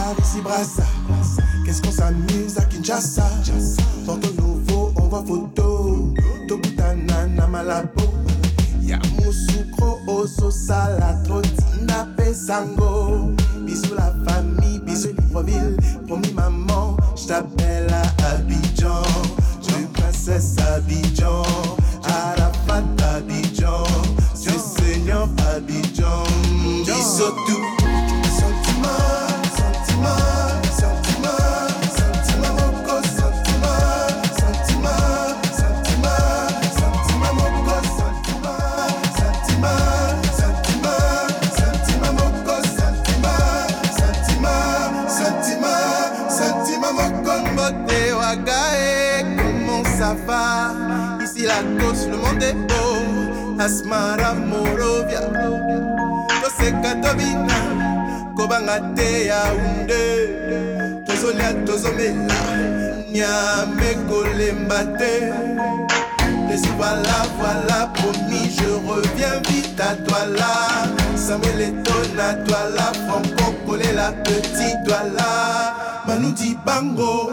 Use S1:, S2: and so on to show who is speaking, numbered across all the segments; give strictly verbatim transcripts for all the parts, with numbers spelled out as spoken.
S1: Paris, si Brassa. Qu'est-ce qu'on s'amuse à Kinshasa. Porto Nouveau, on voit photo. Tobutana, Namalabo. Yamoussoukro, Osso, Salatro, Tina, Pesango. Bisous la famille, bisous Libreville. Promis maman, j't'appelle à Abidjan. Je princesse Abidjan. Arafat Abidjan. Dieu Seigneur Abidjan. Bisous tout. Ici la cause, le monde est beau. Asmara Morovia Tose Katobina Kobangate Yaoundé Tozolia Tozomela Niame Kolembate Laissez voilà, voilà promis, je reviens vite à toi là. Samuel Eton à toi là. Franco Collet la petite toi là. Manoudi Bango.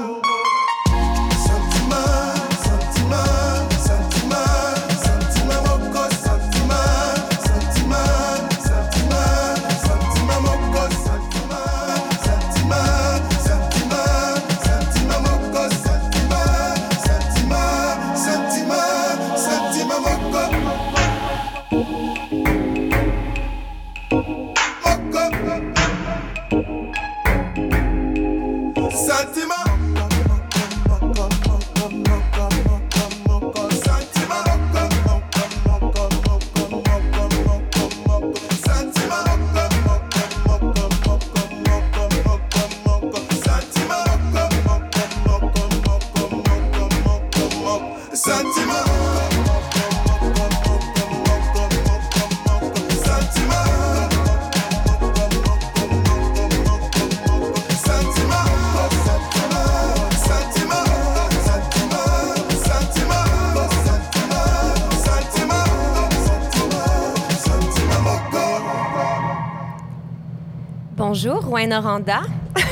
S2: Bonjour, Rouen Oranda.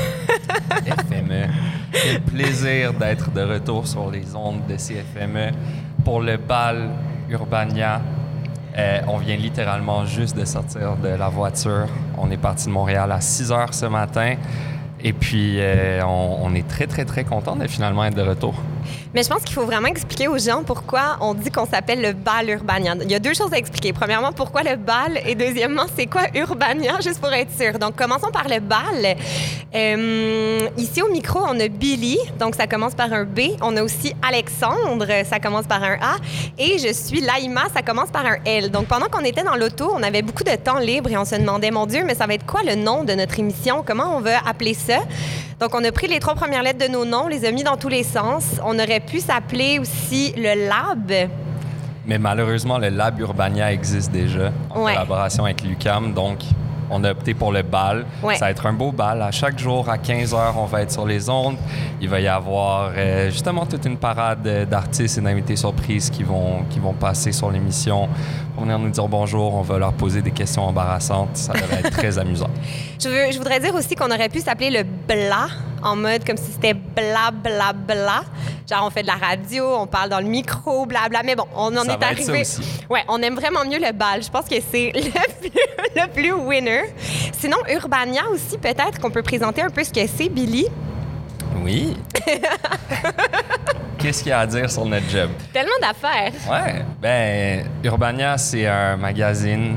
S3: F M E. Quel plaisir d'être de retour sur les ondes de C F M E pour le bal Urbania. Euh, on vient littéralement juste de sortir de la voiture. On est parti de Montréal à six heures ce matin. Et puis, euh, on, on est très, très, très content de finalement être de retour.
S2: Mais je pense qu'il faut vraiment expliquer aux gens pourquoi on dit qu'on s'appelle le bal Urbania. Il y a deux choses à expliquer. Premièrement, pourquoi le bal et deuxièmement, c'est quoi Urbania, juste pour être sûr. Donc, commençons par le bal. Euh, ici, au micro, on a Billy, donc ça commence par un B. On a aussi Alexandre, ça commence par un A. Et je suis Laïma, ça commence par un L. Donc, pendant qu'on était dans l'auto, on avait beaucoup de temps libre et on se demandait, mon Dieu, mais ça va être quoi le nom de notre émission? Comment on va appeler ça? Donc, on a pris les trois premières lettres de nos noms, on les a mis dans tous les sens. On aurait pu s'appeler aussi le Lab.
S3: Mais malheureusement, le Lab Urbania existe déjà en
S2: ouais.
S3: collaboration avec l'U Q A M. Donc, on a opté pour le bal.
S2: Ouais.
S3: Ça va être un beau bal. À chaque jour, à quinze heures, on va être sur les ondes. Il va y avoir euh, justement toute une parade d'artistes et d'invités surprises qui vont, qui vont passer sur l'émission pour venir nous dire bonjour. On va leur poser des questions embarrassantes. Ça devrait être très amusant.
S2: Je, veux, je voudrais dire aussi qu'on aurait pu s'appeler le Bla, en mode comme si c'était bla, bla, bla. Genre, on fait de la radio, on parle dans le micro, bla, bla. Mais bon, on en
S3: ça
S2: est
S3: va
S2: arrivé.
S3: Être ça aussi.
S2: Ouais, on aime vraiment mieux le bal. Je pense que c'est le plus, le plus winner. Sinon, Urbania aussi, peut-être qu'on peut présenter un peu ce que c'est, Billy.
S3: Oui. Qu'est-ce qu'il y a à dire sur notre job?
S2: Tellement d'affaires.
S3: Ouais. Ben, Urbania, c'est un magazine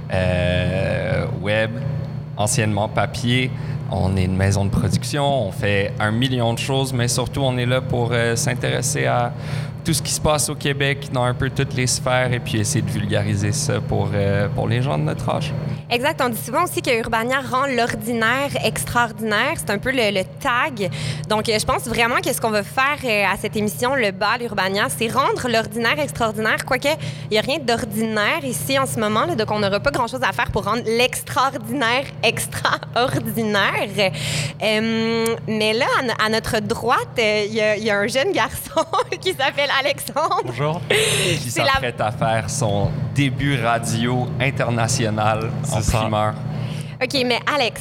S3: euh, web, anciennement papier. On est une maison de production, on fait un million de choses, mais surtout, on est là pour euh, s'intéresser à tout ce qui se passe au Québec dans un peu toutes les sphères et puis essayer de vulgariser ça pour, euh, pour les gens de notre âge.
S2: Exact. On dit souvent aussi que Urbania rend l'ordinaire extraordinaire. C'est un peu le, le tag. Donc, je pense vraiment que ce qu'on va faire à cette émission, le bal Urbania, c'est rendre l'ordinaire extraordinaire. Quoique, il n'y a rien d'ordinaire ici en ce moment, là, donc on n'aura pas grand-chose à faire pour rendre l'extraordinaire extraordinaire. Euh, mais là, à, à notre droite, il y, y a un jeune garçon qui s'appelle Alexandre.
S3: Bonjour. Qui s'apprête la... à faire son début radio international en primeur.
S2: OK, mais Alex,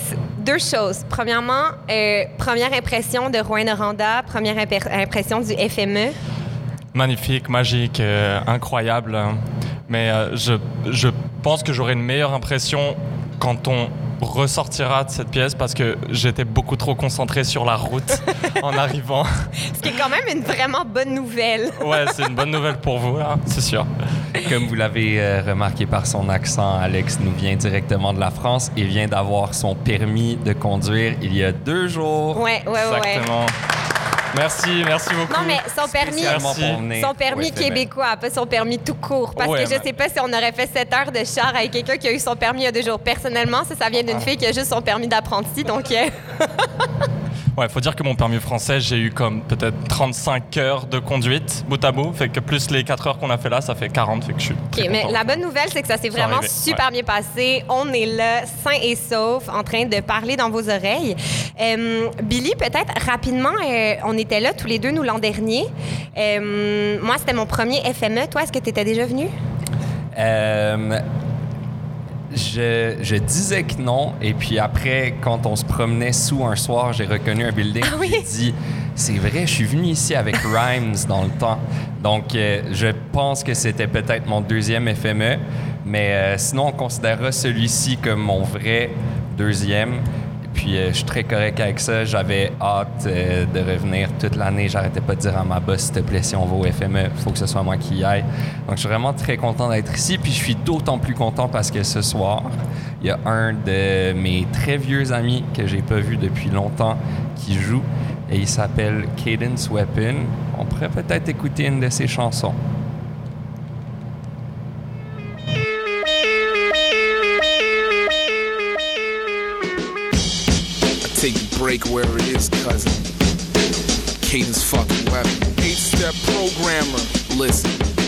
S2: deux choses. Premièrement, euh, première impression de Rouyn-Noranda, première imp- impression du F M E.
S4: Magnifique, magique, euh, incroyable. Mais euh, je, je pense que j'aurai une meilleure impression quand on ressortira de cette pièce parce que j'étais beaucoup trop concentré sur la route en arrivant.
S2: Ce qui est quand même une vraiment bonne nouvelle.
S4: Ouais, c'est une bonne nouvelle pour vous, là, c'est sûr.
S3: Comme vous l'avez euh, remarqué par son accent, Alex nous vient directement de la France et vient d'avoir son permis de conduire il y a deux jours.
S2: Ouais, ouais, ouais.
S4: Exactement. Merci, merci beaucoup.
S2: Non, mais son permis, son permis québécois, pas son permis tout court. Parce
S4: ouais,
S2: que je
S4: mais...
S2: sais pas si on aurait fait sept heures de char avec quelqu'un qui a eu son permis il y a deux jours. Personnellement, ça, ça vient d'une fille qui a juste son permis d'apprenti, donc...
S4: Ouais, faut dire que mon permis français, j'ai eu comme peut-être trente-cinq heures de conduite, bout à bout. Fait que plus les quatre heures qu'on a fait là, ça fait quarante. Fait que je suis très
S2: OK, mais
S4: content.
S2: la bonne nouvelle, c'est que ça s'est
S4: C'est
S2: vraiment
S4: arrivé,
S2: super
S4: ouais.
S2: bien passé. On est là, sain et sauf, en train de parler dans vos oreilles. Euh, Billy, peut-être rapidement, euh, on était là tous les deux, nous, l'an dernier. Euh, moi, c'était mon premier F M E. Toi, est-ce que tu étais déjà venu?
S3: Euh, je, je disais que non, et puis après, quand on se promenait sous un soir, j'ai reconnu un building.
S2: Ah oui?
S3: J'ai dit, c'est vrai, je suis venu ici avec Rhymes dans le temps. Donc, euh, je pense que c'était peut-être mon deuxième F M E, mais euh, sinon, on considérera celui-ci comme mon vrai deuxième. Puis euh, je suis très correct avec ça. J'avais hâte euh, de revenir toute l'année. J'arrêtais pas de dire à ma boss, s'il te plaît, si on va au F M E, il faut que ce soit moi qui y aille. Donc je suis vraiment très content d'être ici. Puis je suis d'autant plus content parce que ce soir, il y a un de mes très vieux amis que j'ai pas vu depuis longtemps qui joue. Et il s'appelle Cadence Weapon. On pourrait peut-être écouter une de ses chansons.
S5: Take a break where it is, cousin. Cadence fucking weapon. Eight-step programmer. Listen.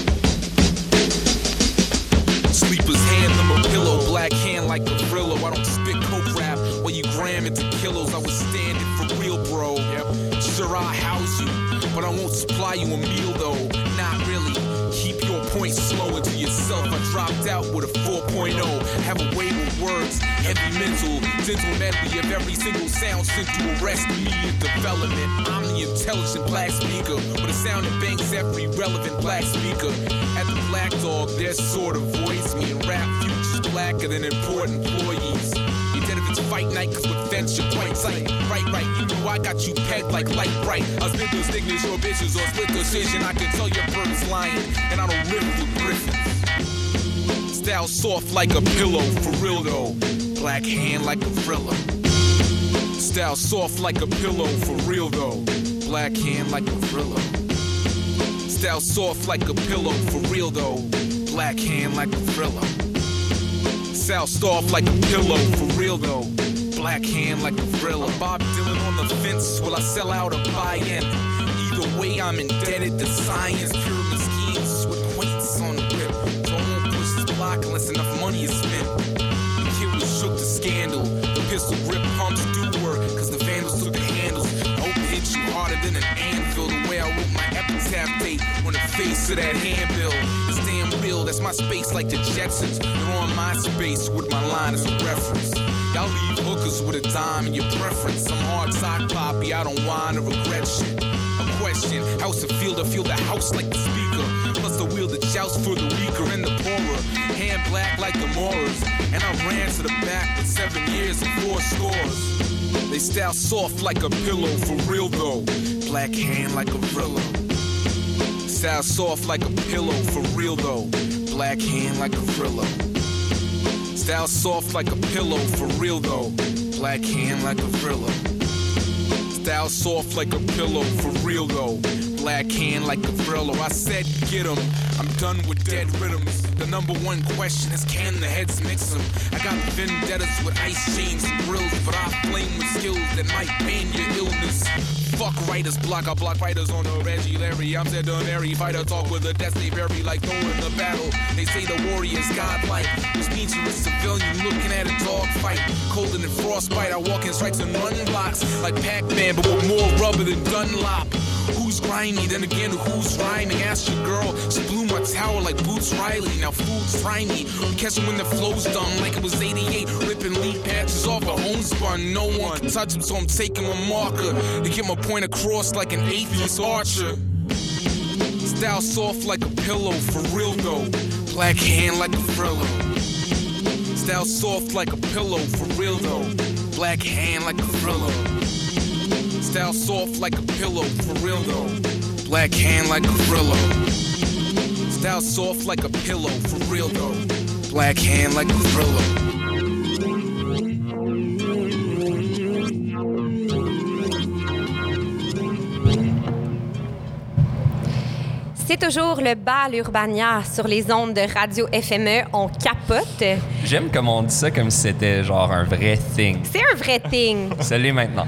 S5: Sleeper's hand, I'm a pillow. Black hand like a Brillo. I don't spit coke rap while you gram into kilos. I was standing for real, bro. Yep. Sure, I'll house you, but I won't supply you a meal, though. Not really. Keep your points slow into yourself. I dropped out with a four point oh. Have a way with words. Heavy mental, dental medley of every single sound sent to arrest immediate development. I'm the intelligent black speaker, with a sound that banks every relevant black speaker. At the Black Dog, their sort of voice me, and rap futures blacker than important employees. You're dead if it's fight night, cause with fence you're quite tight. Right, right, you know I got you pegged like light bright. I spit those stigmas, your bitches, or split decision. I can tell your bird is lying, and I don't riff with griffins. Style soft like a pillow, for real though. Black hand like a thriller. Style soft like a pillow, for real though. Black hand like a thriller. Style soft like a pillow, for real though. Black hand like a thriller. Style soft like a pillow, for real though. Black hand like a thriller. Bob Dylan on the fence, will I sell out or buy in? Either way, I'm indebted to science. Pyramid schemes with weights on the whip. So I won't push this block unless enough money is spent. Shook the scandal. The pistol grip pumps do work, cause the vandals took the handles. Hope hit you harder than an anvil. The way I wrote my epitaph date on the face of that handbill. It's damn real, that's my space like the Jetsons. You're on my space with my line as a reference. Y'all leave hookers with a dime in your preference. I'm hard sock poppy, I don't whine or regret shit. A question, how's it feel to feel the house like the speaker? Plus the wheel that shouts for the weaker and the poorer. Hand black like the Moras. And I ran to the back with seven years and four scores. They style soft like a pillow, for real though. Black hand like a Brillo. Style soft like a pillow, for real though. Black hand like a Brillo. Style soft like a pillow, for real though. Black hand like a Brillo. Style soft like a pillow, for real though. Black hand like a Brillo. I said get 'em. I'm done with dead rhythms. The number one question is can the heads mix them? I got vendettas with ice chains and grills, but I flame with skills that might pain your illness. Fuck writers, block, I block fighters on the Reggie Larry. I'm sedentary, fighter talk with a destiny berry like Thor in the battle. They say the warrior's godlike, which means you're a civilian looking at a dog fight. Colder than frostbite, I walk in strikes and run blocks like Pac-Man, but with more rubber than Dunlop. Who's grimy? Then again, who's rhyming? Ask your girl. She blew my tower like Boots Riley. Now food's tiny. We catch him when the flow's done, like it was eighty-eight. Ripping leaf patches off a homespun. No one can touch him, so I'm taking my marker to get my point across like an atheist archer. Style soft like a pillow, for real though. Black hand like a Frillo. Style soft like a pillow, for real though. Black hand like a Frillo. Style soft like a pillow, for real though. Black hand like a Frillo. Style soft like a pillow, for real though. Black hand like a Frillo.
S2: C'est toujours le bal Urbania sur les ondes de Radio F M E. On capote.
S3: J'aime comment on dit ça comme si c'était genre un vrai thing.
S2: C'est un vrai thing.
S3: Ça l'est maintenant.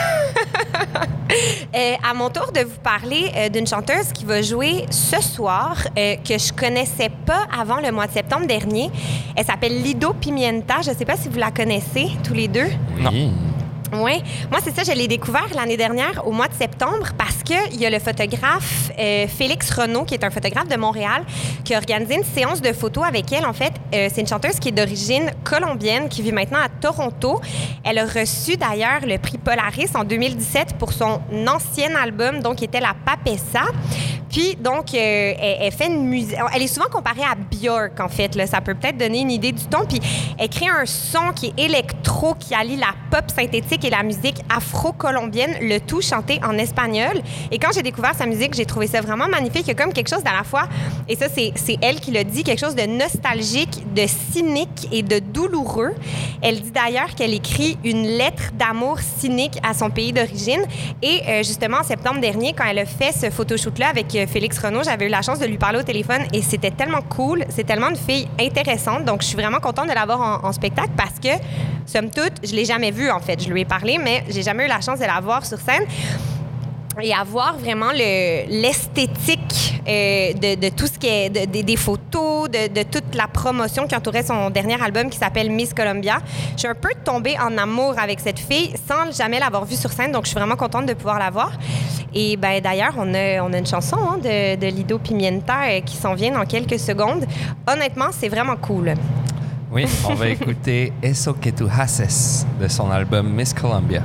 S2: Euh, à mon tour de vous parler euh, d'une chanteuse qui va jouer ce soir, euh, que je connaissais pas avant le mois de septembre dernier. Elle s'appelle Lido Pimienta. Je sais pas si vous la connaissez tous les deux.
S3: Non.
S2: Oui. Moi, c'est ça, je l'ai découvert l'année dernière au mois de septembre parce qu'il y a le photographe euh, Félix Renaud, qui est un photographe de Montréal, qui a organisé une séance de photos avec elle. En fait, euh, c'est une chanteuse qui est d'origine colombienne, qui vit maintenant à Toronto. Elle a reçu d'ailleurs le prix Polaris en deux mille dix-sept pour son ancien album, donc qui était La Papessa. Puis, donc, euh, elle, elle fait une musique... Elle est souvent comparée à Björk, en fait. Là. Ça peut peut-être donner une idée du ton. Puis, elle crée un son qui est électro, qui allie la pop synthétique et la musique afro-colombienne, le tout chanté en espagnol. Et quand j'ai découvert sa musique, j'ai trouvé ça vraiment magnifique. Il y a comme quelque chose d'à la fois, et ça, c'est, c'est elle qui le dit, quelque chose de nostalgique, de cynique et de douloureux. Elle dit d'ailleurs qu'elle écrit une lettre d'amour cynique à son pays d'origine. Et euh, justement, en septembre dernier, quand elle a fait ce photoshoot-là avec euh, Félix Renaud, j'avais eu la chance de lui parler au téléphone et c'était tellement cool. C'est tellement une fille intéressante. Donc, je suis vraiment contente de l'avoir en, en spectacle parce que, somme toute, je l'ai jamais vue, en fait. Je lui ai parlé, mais j'ai jamais eu la chance de la voir sur scène et avoir vraiment le, l'esthétique euh, de, de tout ce qui est de, de, des photos, de, de toute la promotion qui entourait son dernier album qui s'appelle Miss Colombia. Je suis un peu tombée en amour avec cette fille sans jamais l'avoir vue sur scène, donc je suis vraiment contente de pouvoir la voir. Et ben, d'ailleurs, on a, on a une chanson hein, de, de Lido Pimienta euh, qui s'en vient dans quelques secondes. Honnêtement, c'est vraiment cool.
S3: Oui, on va écouter Eso que tu haces de son album Miss Colombia.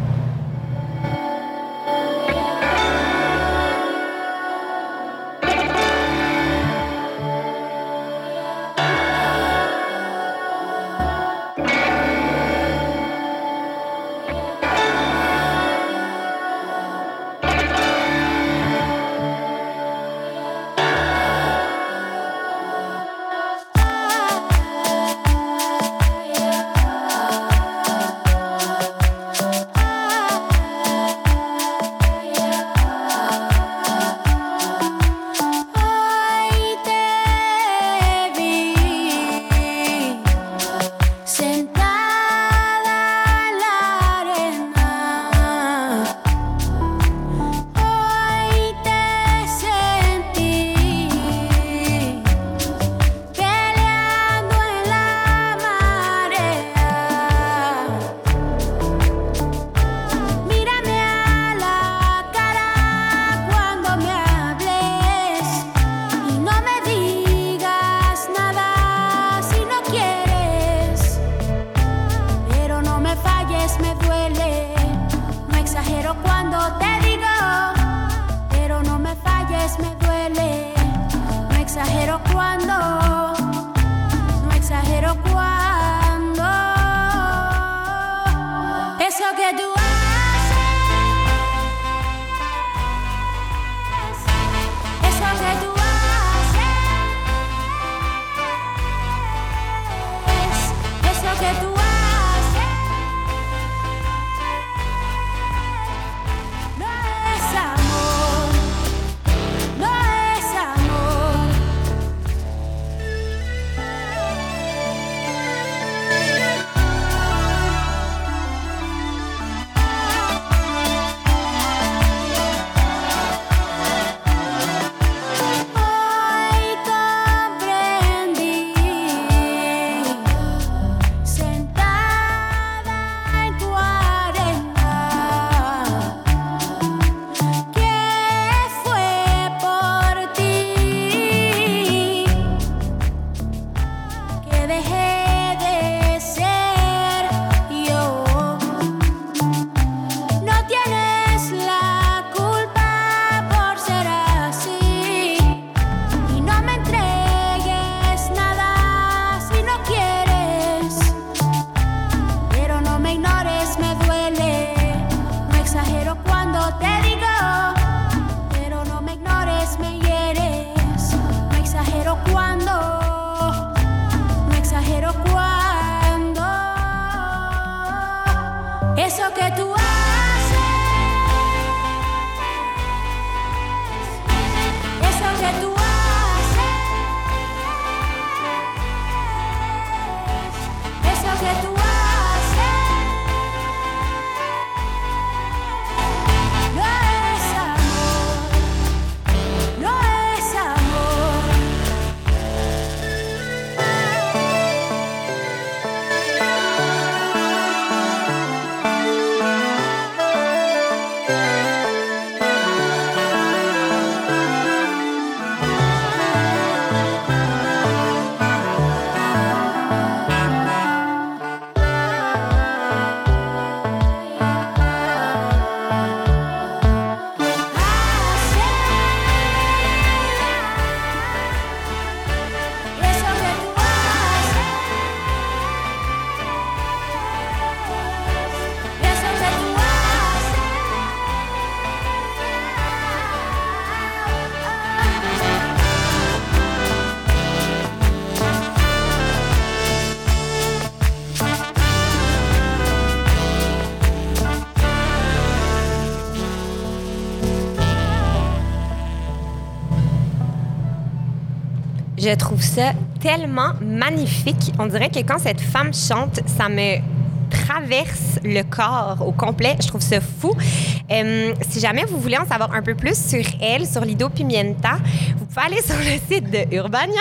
S2: Je trouve ça tellement magnifique. On dirait que quand cette femme chante, ça me traverse le corps au complet. Je trouve ça fou. Euh, si jamais vous voulez en savoir un peu plus sur elle, sur Lido Pimienta, vous pouvez aller sur le site de Urbania.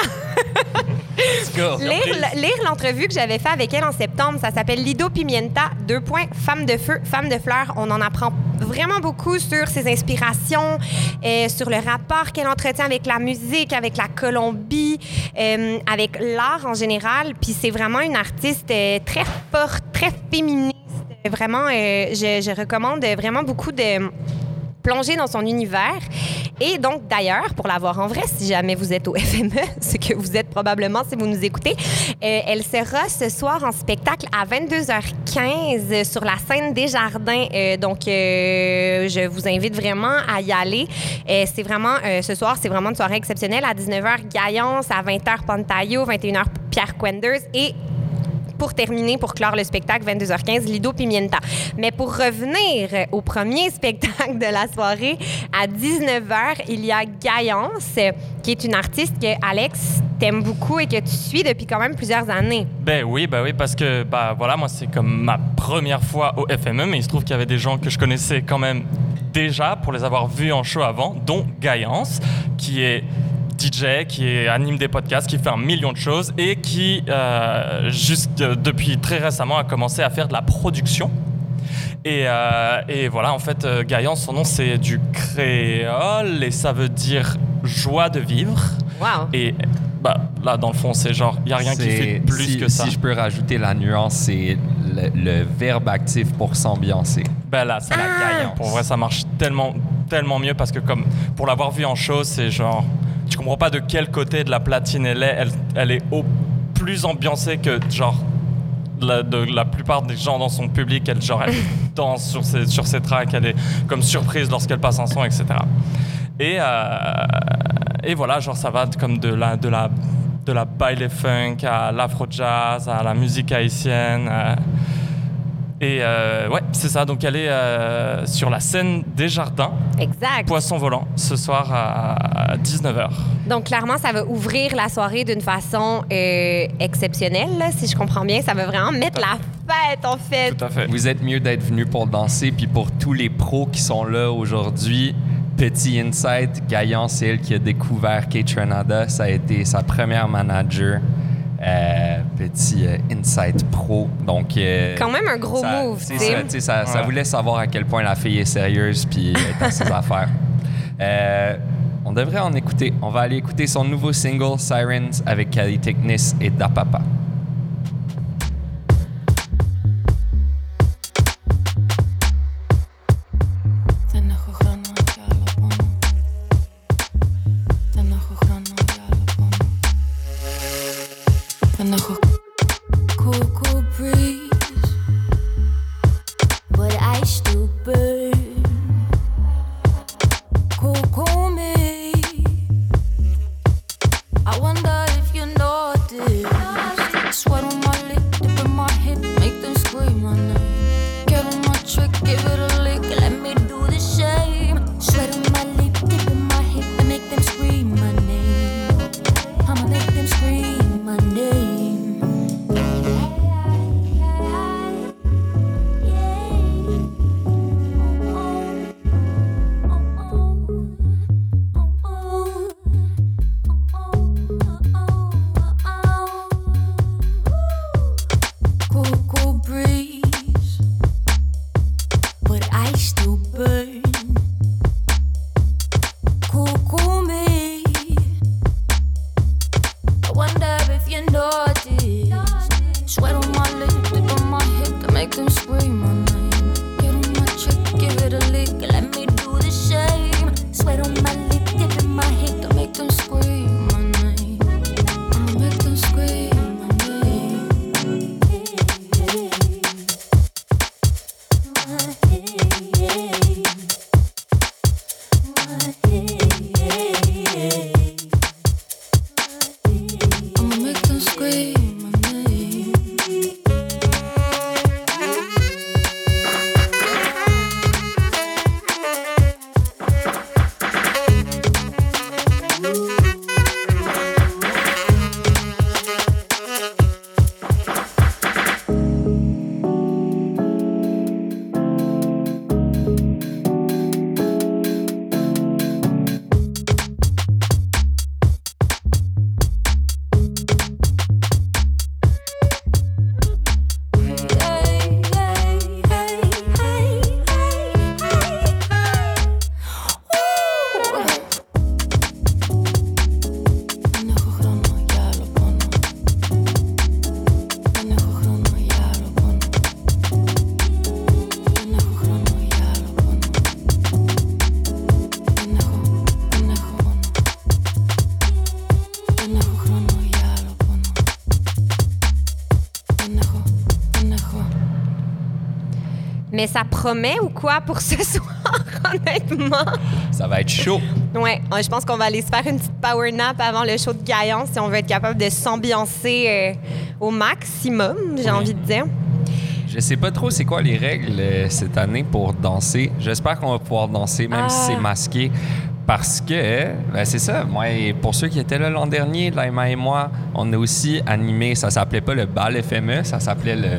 S2: lire, lire l'entrevue que j'avais faite avec elle en septembre. Ça s'appelle Lido Pimienta, deux points, femme de feu, femme de fleurs. On en apprend vraiment beaucoup sur ses inspirations, euh, sur le rapport qu'elle entretient avec la musique, avec la Colombie, euh, avec l'art en général. Puis c'est vraiment une artiste euh, très forte, très féministe. Vraiment, euh, je, je recommande vraiment beaucoup de plonger dans son univers. Et donc, d'ailleurs, pour la voir en vrai, si jamais vous êtes au F M E, ce que vous êtes probablement si vous nous écoutez, euh, elle sera ce soir en spectacle à vingt-deux heures quinze sur la scène Desjardins. Euh, donc, euh, je vous invite vraiment à y aller. Euh, c'est vraiment, euh, ce soir, c'est vraiment une soirée exceptionnelle. À dix-neuf heures, Gaillance, à vingt heures, Pantayo, vingt et une heures, Pierre Quenders et pour terminer, pour clore le spectacle, vingt-deux heures quinze, Lido Pimienta. Mais pour revenir au premier spectacle de la soirée, à dix-neuf heures, il y a Gaillance, qui est une artiste que Alex t'aimes beaucoup et que tu suis depuis quand même plusieurs années.
S4: Ben oui, ben oui, parce que bah voilà, moi c'est comme ma première fois au F M E, mais il se trouve qu'il y avait des gens que je connaissais quand même déjà pour les avoir vus en show avant, dont Gaillance, qui est D J, qui est, anime des podcasts, qui fait un million de choses et qui, euh, juste depuis très récemment, a commencé à faire de la production. Et, euh, et voilà, en fait, euh, Gaillance, son nom, c'est du créole et ça veut dire joie de vivre.
S2: Wow.
S4: Et bah, là, dans le fond, c'est genre, il n'y a rien
S3: c'est,
S4: qui fait plus
S3: si,
S4: que ça.
S3: Si je peux rajouter la nuance, c'est le, le verbe actif pour s'ambiancer.
S4: Ben là, c'est
S2: ah.
S4: la Gaillance. Pour vrai, ça marche tellement, tellement mieux parce que comme pour l'avoir vu en show, c'est genre... Tu comprends pas de quel côté de la platine elle est. Elle, elle est au plus ambiancée que genre la, de, la plupart des gens dans son public. Elle genre elle danse sur ses sur ses tracks. Elle est comme surprise lorsqu'elle passe un son, et cetera. Et euh, et voilà, genre ça va comme de la de la de la baile funk à l'afro jazz à la musique haïtienne. À, Et euh, ouais, c'est ça. Donc, elle est euh, sur la scène Desjardins.
S2: Exact.
S4: Poisson volant, ce soir à dix-neuf heures.
S2: Donc, clairement, ça va ouvrir la soirée d'une façon euh, exceptionnelle, là, si je comprends bien. Ça va vraiment mettre la fête, en fait.
S4: Tout à fait.
S3: Vous êtes mieux d'être venus pour danser. Puis pour tous les pros qui sont là aujourd'hui, petit insight, Gaillance, c'est elle qui a découvert Kate Renada. Ça a été sa première manager. Euh, petit euh, insight pro. Donc, euh,
S2: quand même un gros
S3: ça,
S2: move.
S3: C'est ça, t'sais, ça, ça
S4: ouais.
S3: voulait savoir à quel point la fille est sérieuse puis est dans ses affaires. Euh, on devrait en écouter. On va aller écouter son nouveau single Sirens avec Kali Technis et Da Papa.
S6: Cool, cool breeze, but I stupid. Cool, cool me. I wonder if you noticed.
S2: Mais ça promet ou quoi pour ce soir, honnêtement?
S3: Ça va être chaud.
S2: Ouais, je pense qu'on va aller se faire une petite power nap avant le show de Gaillon si on veut être capable de s'ambiancer euh, au maximum, j'ai oui. envie de dire.
S3: Je sais pas trop c'est quoi les règles euh, cette année pour danser. J'espère qu'on va pouvoir danser même ah. si c'est masqué. Parce que, ben c'est ça, moi, pour ceux qui étaient là l'an dernier, Laima et moi, on a aussi animé, ça s'appelait pas le bal F M E, ça s'appelait le...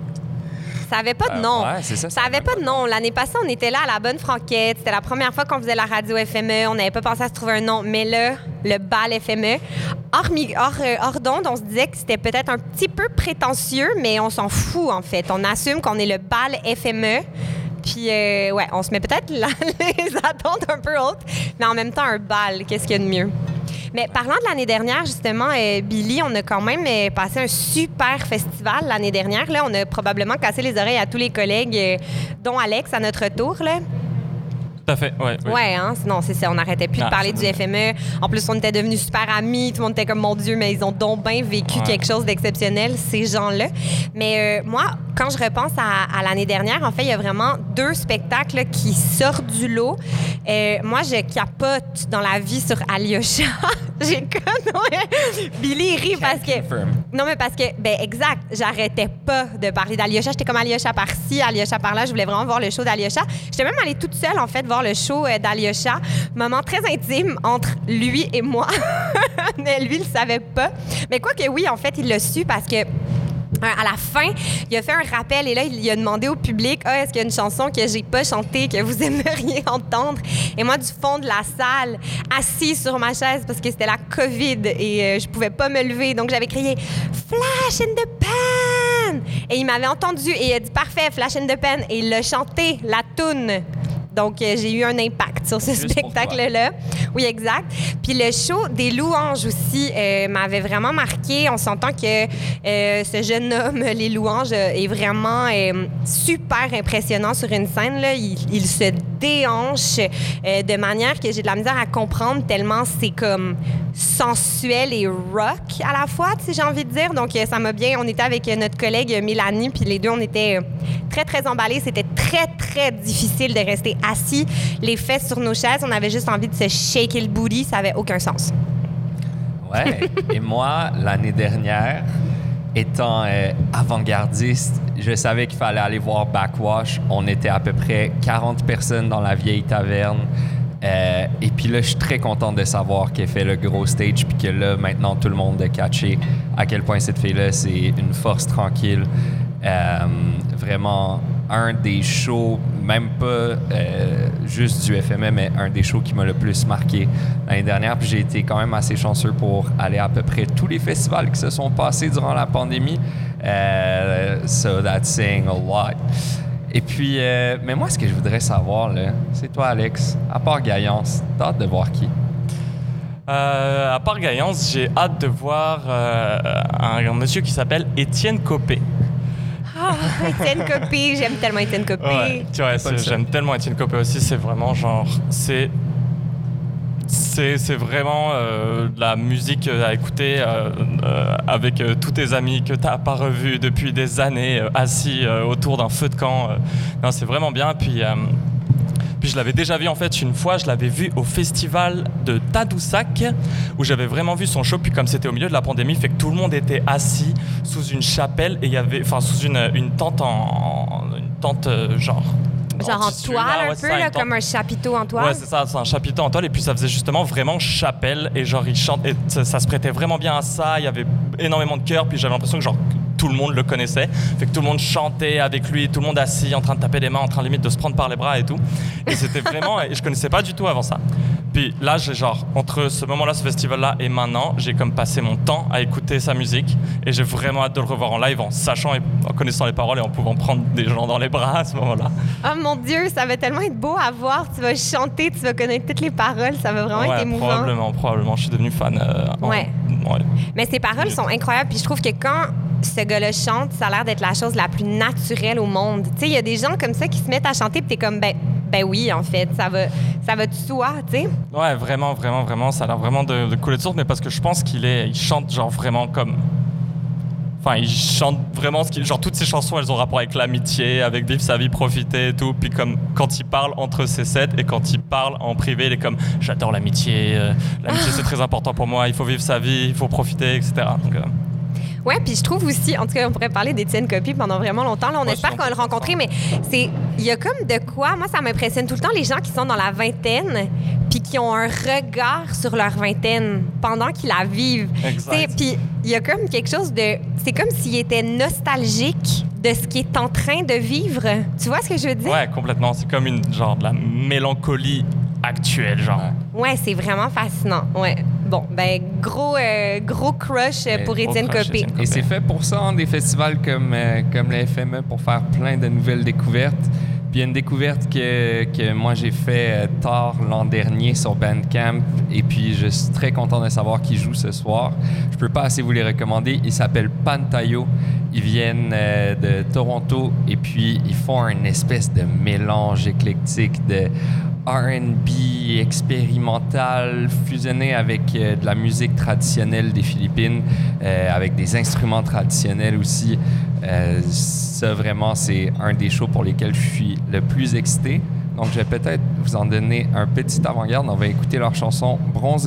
S2: Ça avait pas de nom.
S3: Euh, ouais, c'est ça.
S2: Ça, ça avait pas de nom. L'année passée, on était là à la Bonne Franquette. C'était la première fois qu'on faisait la radio F M E. On n'avait pas pensé à se trouver un nom. Mais là, le bal F M E, hors, hors, hors d'onde, on se disait que c'était peut-être un petit peu prétentieux, mais on s'en fout, en fait. On assume qu'on est le bal F M E. Puis, euh, ouais, on se met peut-être là, les attentes un peu hautes, mais en même temps, un bal, qu'est-ce qu'il y a de mieux? Mais parlant de l'année dernière, justement, euh, Billy, on a quand même euh, passé un super festival l'année dernière. Là, on a probablement cassé les oreilles à tous les collègues, euh, dont Alex à notre tour, là.
S4: Tout à fait, ouais. Oui,
S2: ouais, hein? Non, c'est ça. On n'arrêtait plus ah, de parler du F M E. En plus, on était devenus super amis. Tout le monde était comme, mon Dieu, mais ils ont donc bien vécu ouais. quelque chose d'exceptionnel, ces gens-là. Mais euh, moi, quand je repense à, à l'année dernière, en fait, il y a vraiment deux spectacles là, qui sortent du lot. Euh, moi, je capote dans la vie sur Alyosha. J'ai comme... Billy rit parce que... Non, mais parce que, ben exact, j'arrêtais pas de parler d'Alyosha. J'étais comme Alyosha par-ci, Alyosha par-là. Je voulais vraiment voir le show d'Alyosha. J'étais même allée toute seule, en fait, voir le show d'Alyosha. Moment très intime entre lui et moi. Mais lui, il le savait pas. Mais quoi que oui, en fait, il l'a su parce que à la fin, il a fait un rappel et là, il a demandé au public ah, « Est-ce qu'il y a une chanson que j'ai pas chantée, que vous aimeriez entendre? » Et moi, du fond de la salle, assise sur ma chaise parce que c'était la COVID et euh, je pouvais pas me lever. Donc, j'avais crié « Flash in the pan! » Et il m'avait entendu et il a dit « Parfait, Flash in the pan! » Et il l'a chanté, la toune. Donc, euh, j'ai eu un impact sur ce Juste spectacle-là. Oui, exact. Puis le show des louanges aussi euh, m'avait vraiment marqué. On s'entend que euh, ce jeune homme, les louanges, euh, est vraiment euh, super impressionnant sur une scène. Là. Il, il se déhanche euh, de manière que j'ai de la misère à comprendre tellement c'est comme sensuel et rock à la fois, tu sais, j'ai envie de dire. Donc, euh, ça m'a bien... On était avec notre collègue Mélanie, puis les deux, on était euh, très, très emballés. C'était très, très difficile de rester assis, les fesses sur nos chaises. On avait juste envie de se shaker le booty. Ça avait aucun sens.
S3: Ouais. Et moi, l'année dernière, étant euh, avant-gardiste, je savais qu'il fallait aller voir Backwash. On était à peu près quarante personnes dans la vieille taverne. Euh, et puis là, je suis très content de savoir qu'elle fait le gros stage puis que là, maintenant, tout le monde a catché à quel point cette fille-là, c'est une force tranquille. Euh, vraiment, un des shows, même pas euh, juste du F M E, mais un des shows qui m'a le plus marqué l'année dernière. Puis j'ai été quand même assez chanceux pour aller à peu près tous les festivals qui se sont passés durant la pandémie. Euh, so that's saying a lot. Et puis, euh, mais moi, ce que je voudrais savoir, là, c'est toi, Alex, à part Gaillance, t'as hâte de voir qui?
S4: Euh, à part Gaillance, j'ai hâte de voir euh, un, un monsieur qui s'appelle Étienne Copé.
S2: Ah, oh, Étienne Copé, j'aime tellement Étienne Copé.
S4: Ouais, tu vois, j'aime tellement Étienne Copé aussi, c'est vraiment genre, c'est... C'est, c'est vraiment euh, de la musique à écouter euh, euh, avec euh, tous tes amis que tu n'as pas revus depuis des années, euh, assis euh, autour d'un feu de camp. Euh. Non, c'est vraiment bien. Puis, euh, puis je l'avais déjà vu en fait une fois, je l'avais vu au festival de Tadoussac où j'avais vraiment vu son show. Puis comme c'était au milieu de la pandémie, fait que tout le monde était assis sous une chapelle et il y avait, enfin sous une, une tente en, en une tente euh, genre.
S2: Genre en toile, là, un ouais, peu, ça, là, comme un chapiteau en toile.
S4: Ouais, c'est ça, c'est un chapiteau en toile. Et puis ça faisait justement vraiment chapelle. Et genre, il chante, et ça, ça se prêtait vraiment bien à ça. Il y avait énormément de chœurs. Puis j'avais l'impression que genre tout le monde le connaissait. Fait que tout le monde chantait avec lui, tout le monde assis, en train de taper des mains, en train limite de se prendre par les bras et tout. Et c'était vraiment. Et je connaissais pas du tout avant ça. Puis là, j'ai genre, entre ce moment-là, ce festival-là et maintenant, j'ai comme passé mon temps à écouter sa musique. Et j'ai vraiment hâte de le revoir en live en sachant et en connaissant les paroles et en pouvant prendre des gens dans les bras à ce moment-là.
S2: Oh mon Dieu, ça va tellement être beau à voir. Tu vas chanter, tu vas connaître toutes les paroles. Ça va vraiment
S4: ouais,
S2: être émouvant.
S4: Probablement, probablement. Je suis devenu fan. Euh, en...
S2: ouais.
S4: ouais.
S2: Mais ses paroles sont incroyables. Puis je trouve que quand ce gars-là chante, ça a l'air d'être la chose la plus naturelle au monde. Tu sais, il y a des gens comme ça qui se mettent à chanter, puis t'es comme, ben, ben oui, en fait, ça va, ça va de soi, tu sais.
S4: Ouais, vraiment, vraiment, vraiment, ça a l'air vraiment de, de couler de source, mais parce que je pense qu'il est, il chante genre vraiment comme, Enfin, il chante vraiment ce qui... Genre, toutes ses chansons, elles ont rapport avec l'amitié, avec vivre sa vie, profiter et tout. Puis comme quand il parle entre ses sets et quand il parle en privé, il est comme « J'adore l'amitié, euh, l'amitié c'est très important pour moi, il faut vivre sa vie, il faut profiter, et cetera » Donc, euh...
S2: Ouais, puis je trouve aussi, en tout cas, on pourrait parler d'Étienne Copy pendant vraiment longtemps. Là, on
S4: Ouais,
S2: espère qu'on va le rencontrer, mais c'est, il y a comme de quoi. Moi, ça m'impressionne tout le temps les gens qui sont dans la vingtaine, puis qui ont un regard sur leur vingtaine pendant qu'ils la vivent.
S4: Exact.
S2: Puis il y a comme quelque chose de, c'est comme s'ils étaient nostalgiques de ce qui est en train de vivre. Tu vois ce que je veux dire?
S4: Ouais, complètement. C'est comme une genre de la mélancolie actuelle, genre.
S2: Ouais, c'est vraiment fascinant. Ouais. Bon, ben gros, euh, gros crush euh, pour
S3: Mais
S2: Étienne
S4: gros crush,
S2: Copé.
S4: Étienne
S3: Et c'est fait pour ça, hein, des festivals comme, euh, comme le F M E, pour faire plein de nouvelles découvertes. Puis il y a une découverte que, que moi j'ai fait euh, tard l'an dernier sur Bandcamp. Et puis je suis très content de savoir qu'ils jouent ce soir. Je peux pas assez vous les recommander. Ils s'appellent Pantayo. Ils viennent euh, de Toronto et puis ils font une espèce de mélange éclectique de R and B expérimental fusionné avec euh, de la musique traditionnelle des Philippines, euh, avec des instruments traditionnels aussi. Euh, ça, vraiment, c'est un des shows pour lesquels je suis le plus excité. Donc, je vais peut-être vous en donner un petit avant-garde. On va écouter leur chanson « Bronzé ».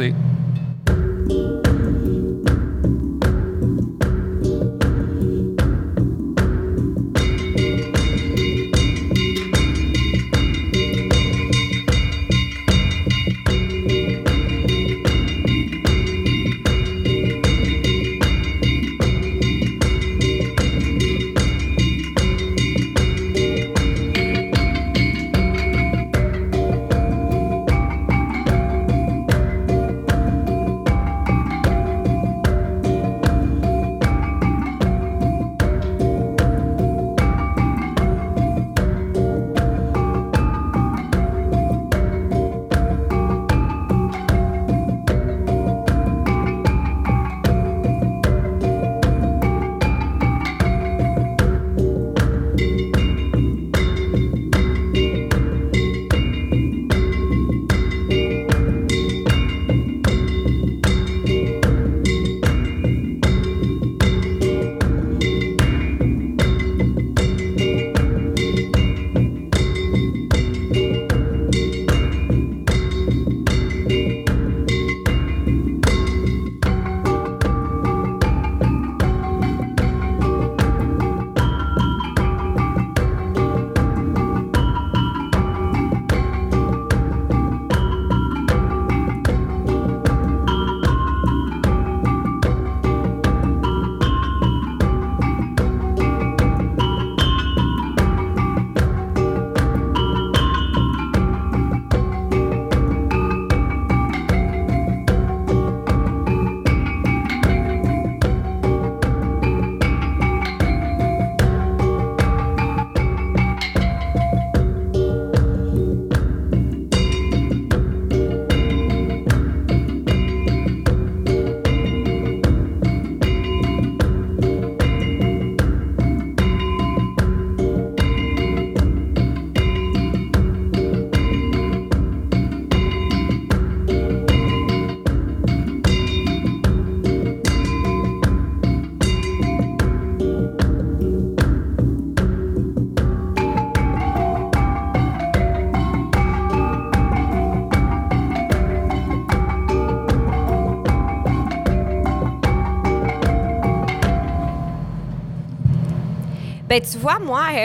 S2: Ben, tu vois, moi, euh,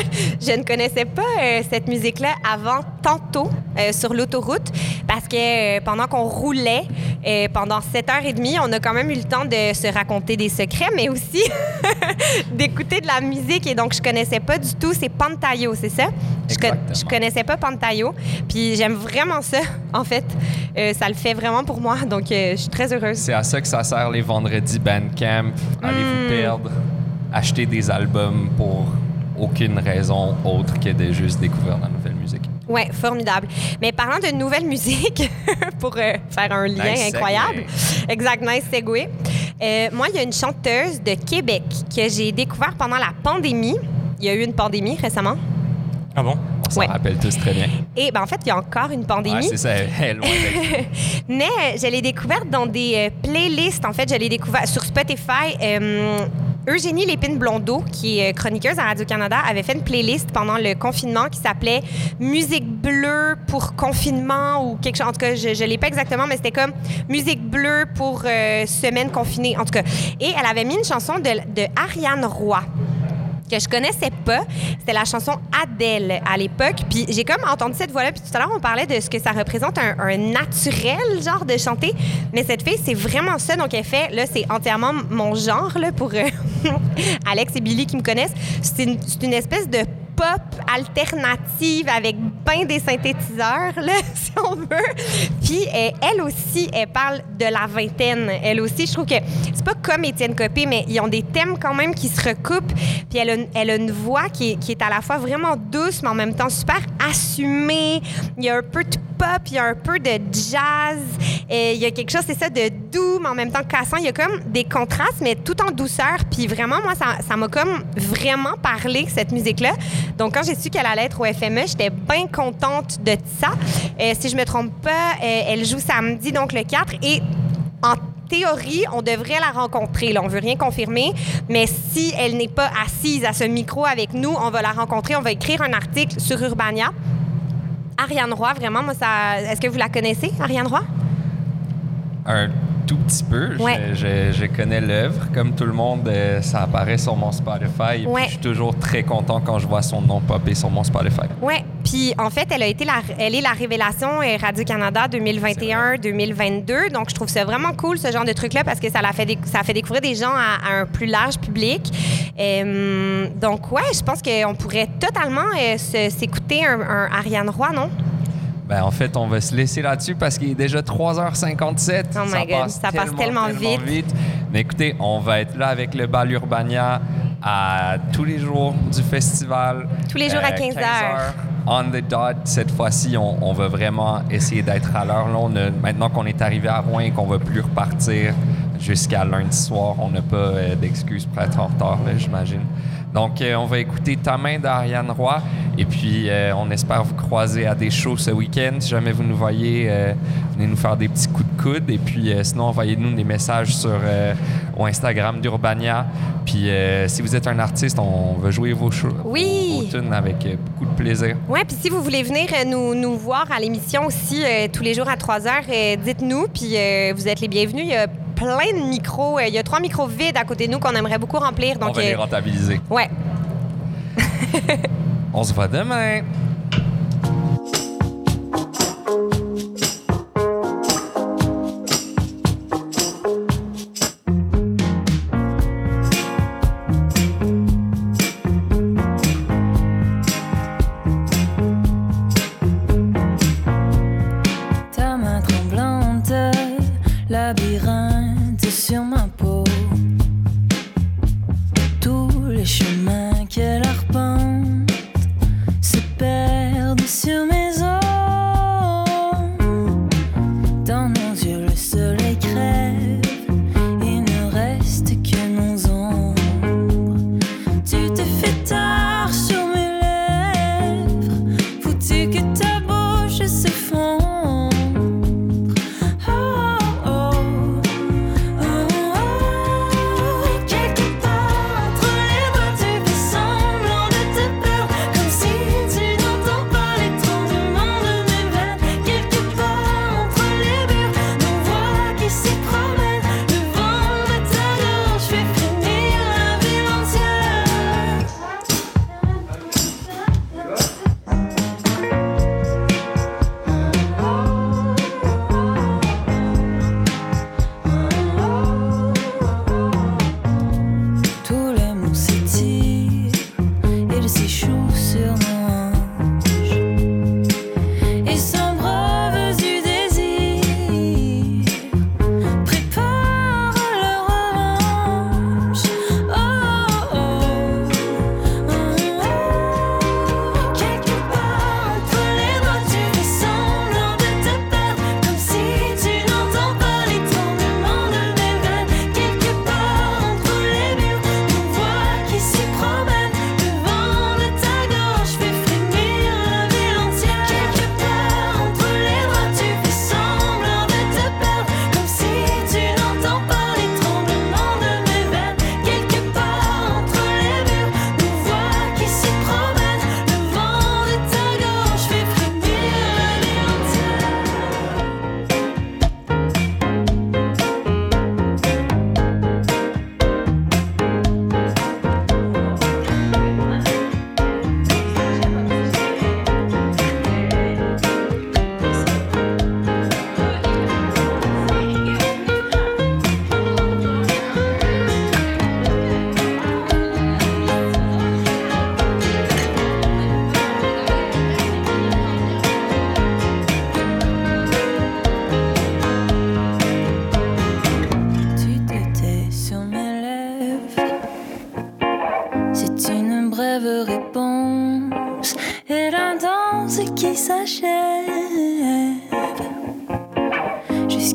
S2: je ne connaissais pas euh, cette musique-là avant tantôt euh, sur l'autoroute parce que euh, pendant qu'on roulait, euh, pendant sept heures trente, on a quand même eu le temps de se raconter des secrets, mais aussi d'écouter de la musique. Et donc, je connaissais pas du tout. C'est Pantayo, c'est ça? Je, con- je connaissais pas Pantayo. Puis j'aime vraiment ça, en fait. Euh, ça le fait vraiment pour moi. Donc, euh, je suis très heureuse.
S3: C'est à ça que ça sert les vendredis Bandcamp. Allez vous
S2: Mm.
S3: perdre. Acheter des albums pour aucune raison autre que de juste découvrir la nouvelle musique.
S2: Oui, formidable. Mais parlant de nouvelle musique, pour euh, faire un lien
S3: Nice
S2: incroyable,
S3: segue.
S2: exact, nice segue. Euh, moi, il y a une chanteuse de Québec que j'ai découvert pendant la pandémie. Il y a eu une pandémie récemment.
S4: Ah bon?
S3: On s'en
S2: Ouais.
S3: rappelle tous très bien.
S2: Et ben, en fait, il y a encore une pandémie.
S3: Ouais, c'est ça, elle est loin d'être.
S2: Mais euh, je l'ai découverte dans des euh, playlists. En fait, je l'ai découvert sur Spotify. Euh, Eugénie Lépine-Blondeau, qui est chroniqueuse à Radio-Canada, avait fait une playlist pendant le confinement qui s'appelait « Musique bleue pour confinement » ou quelque chose. En tout cas, je ne l'ai pas exactement, mais c'était comme « Musique bleue pour euh, semaine confinée ». En tout cas, et elle avait mis une chanson de, de Ariane Roy que je connaissais pas. C'était la chanson Adèle à l'époque. Puis j'ai comme entendu cette voix-là. Puis tout à l'heure, on parlait de ce que ça représente un, un naturel, genre, de chanter. Mais cette fille, c'est vraiment ça. Donc, elle fait, là, c'est entièrement mon genre, là, pour euh, Alex et Billy qui me connaissent. C'est une, c'est une espèce de pop alternative avec ben des synthétiseurs, là, si on veut. Puis euh, elle aussi, elle parle de la vingtaine. Elle aussi, je trouve que c'est pas comme Étienne Copé, mais ils ont des thèmes quand même qui se recoupent. Puis elle a, elle a une voix qui est, qui est à la fois vraiment douce, mais en même temps super assumée. Il y a un peu de pop, il y a un peu de jazz. Et il y a quelque chose, c'est ça, de doux, mais en même temps cassant. Il y a comme des contrastes, mais tout en douceur. Puis vraiment, moi, ça, ça m'a comme vraiment parlé, cette musique-là. Donc, quand j'ai su qu'elle allait être au F M E, j'étais bien contente de ça. Euh, si je me trompe pas, euh, elle joue samedi, donc le quatre. Et en théorie, on devrait la rencontrer. Là, on veut rien confirmer, mais si elle n'est pas assise à ce micro avec nous, on va la rencontrer. On va écrire un article sur Urbania. Ariane Roy, vraiment, moi, ça... Est-ce que vous la connaissez, Ariane Roy?
S3: Un tout petit peu.
S2: Ouais.
S3: Je, je, je connais l'œuvre. Comme tout le monde, euh, ça apparaît sur mon Spotify. Et
S2: ouais.
S3: puis je suis toujours très content quand je vois son nom popper sur mon Spotify.
S2: Oui. Puis, en fait, elle a été la, elle est la révélation Radio-Canada deux mille vingt et un deux mille vingt-deux. Donc, je trouve ça vraiment cool, ce genre de truc-là, parce que ça l'a fait, déc- ça fait découvrir des gens à, à un plus large public. Euh, donc, ouais, je pense qu'on pourrait totalement euh, se, s'écouter un, un Ariane Roy, non?
S3: Ben, en fait, on va se laisser là-dessus parce qu'il est déjà trois heures cinquante-sept.
S2: Oh my
S3: ça
S2: God,
S3: passe
S2: ça
S3: tellement,
S2: passe tellement,
S3: tellement
S2: vite.
S3: vite. Mais écoutez, on va être là avec le bal Urbania à tous les jours du festival.
S2: Tous les jours à quinze heures.
S3: On the dot. Cette fois-ci, on, on va vraiment essayer d'être à l'heure. Là, on a, maintenant qu'on est arrivé à Rouen et qu'on ne va plus repartir jusqu'à lundi soir, on n'a pas euh, d'excuses pour être en retard, là, j'imagine. Donc, euh, on va écouter Ta main d'Ariane Roy. Et puis, euh, on espère vous croiser à des shows ce week-end. Si jamais vous nous voyez, euh, venez nous faire des petits coups de coude. Et puis, euh, sinon, envoyez-nous des messages sur euh, au Instagram d'Urbania. Puis, euh, si vous êtes un artiste, on va jouer vos shows,
S2: oui.
S3: vos, vos tunes avec euh, beaucoup de plaisir.
S2: Oui, puis si vous voulez venir euh, nous, nous voir à l'émission aussi euh, tous les jours à trois heures, euh, dites-nous. Puis, euh, vous êtes les bienvenus. Il y a plein de micros. Il y a trois micros vides à côté de nous qu'on aimerait beaucoup remplir. Donc,
S3: on va les
S2: euh,
S3: rentabiliser.
S2: Ouais.
S3: On se voit demain.
S6: Ta main tremblante, labyrinthe sur ma peau. Tous les chemins qu'elle arpente se perdent sur mes os. Dans nos yeux, le soleil crève. Il ne reste que nos ombres. Tu te fais tard sur mes lèvres. Faut-tu que ta bouche se fonde? Oh, oh,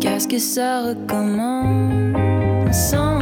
S6: jusqu'à ce que ça recommence.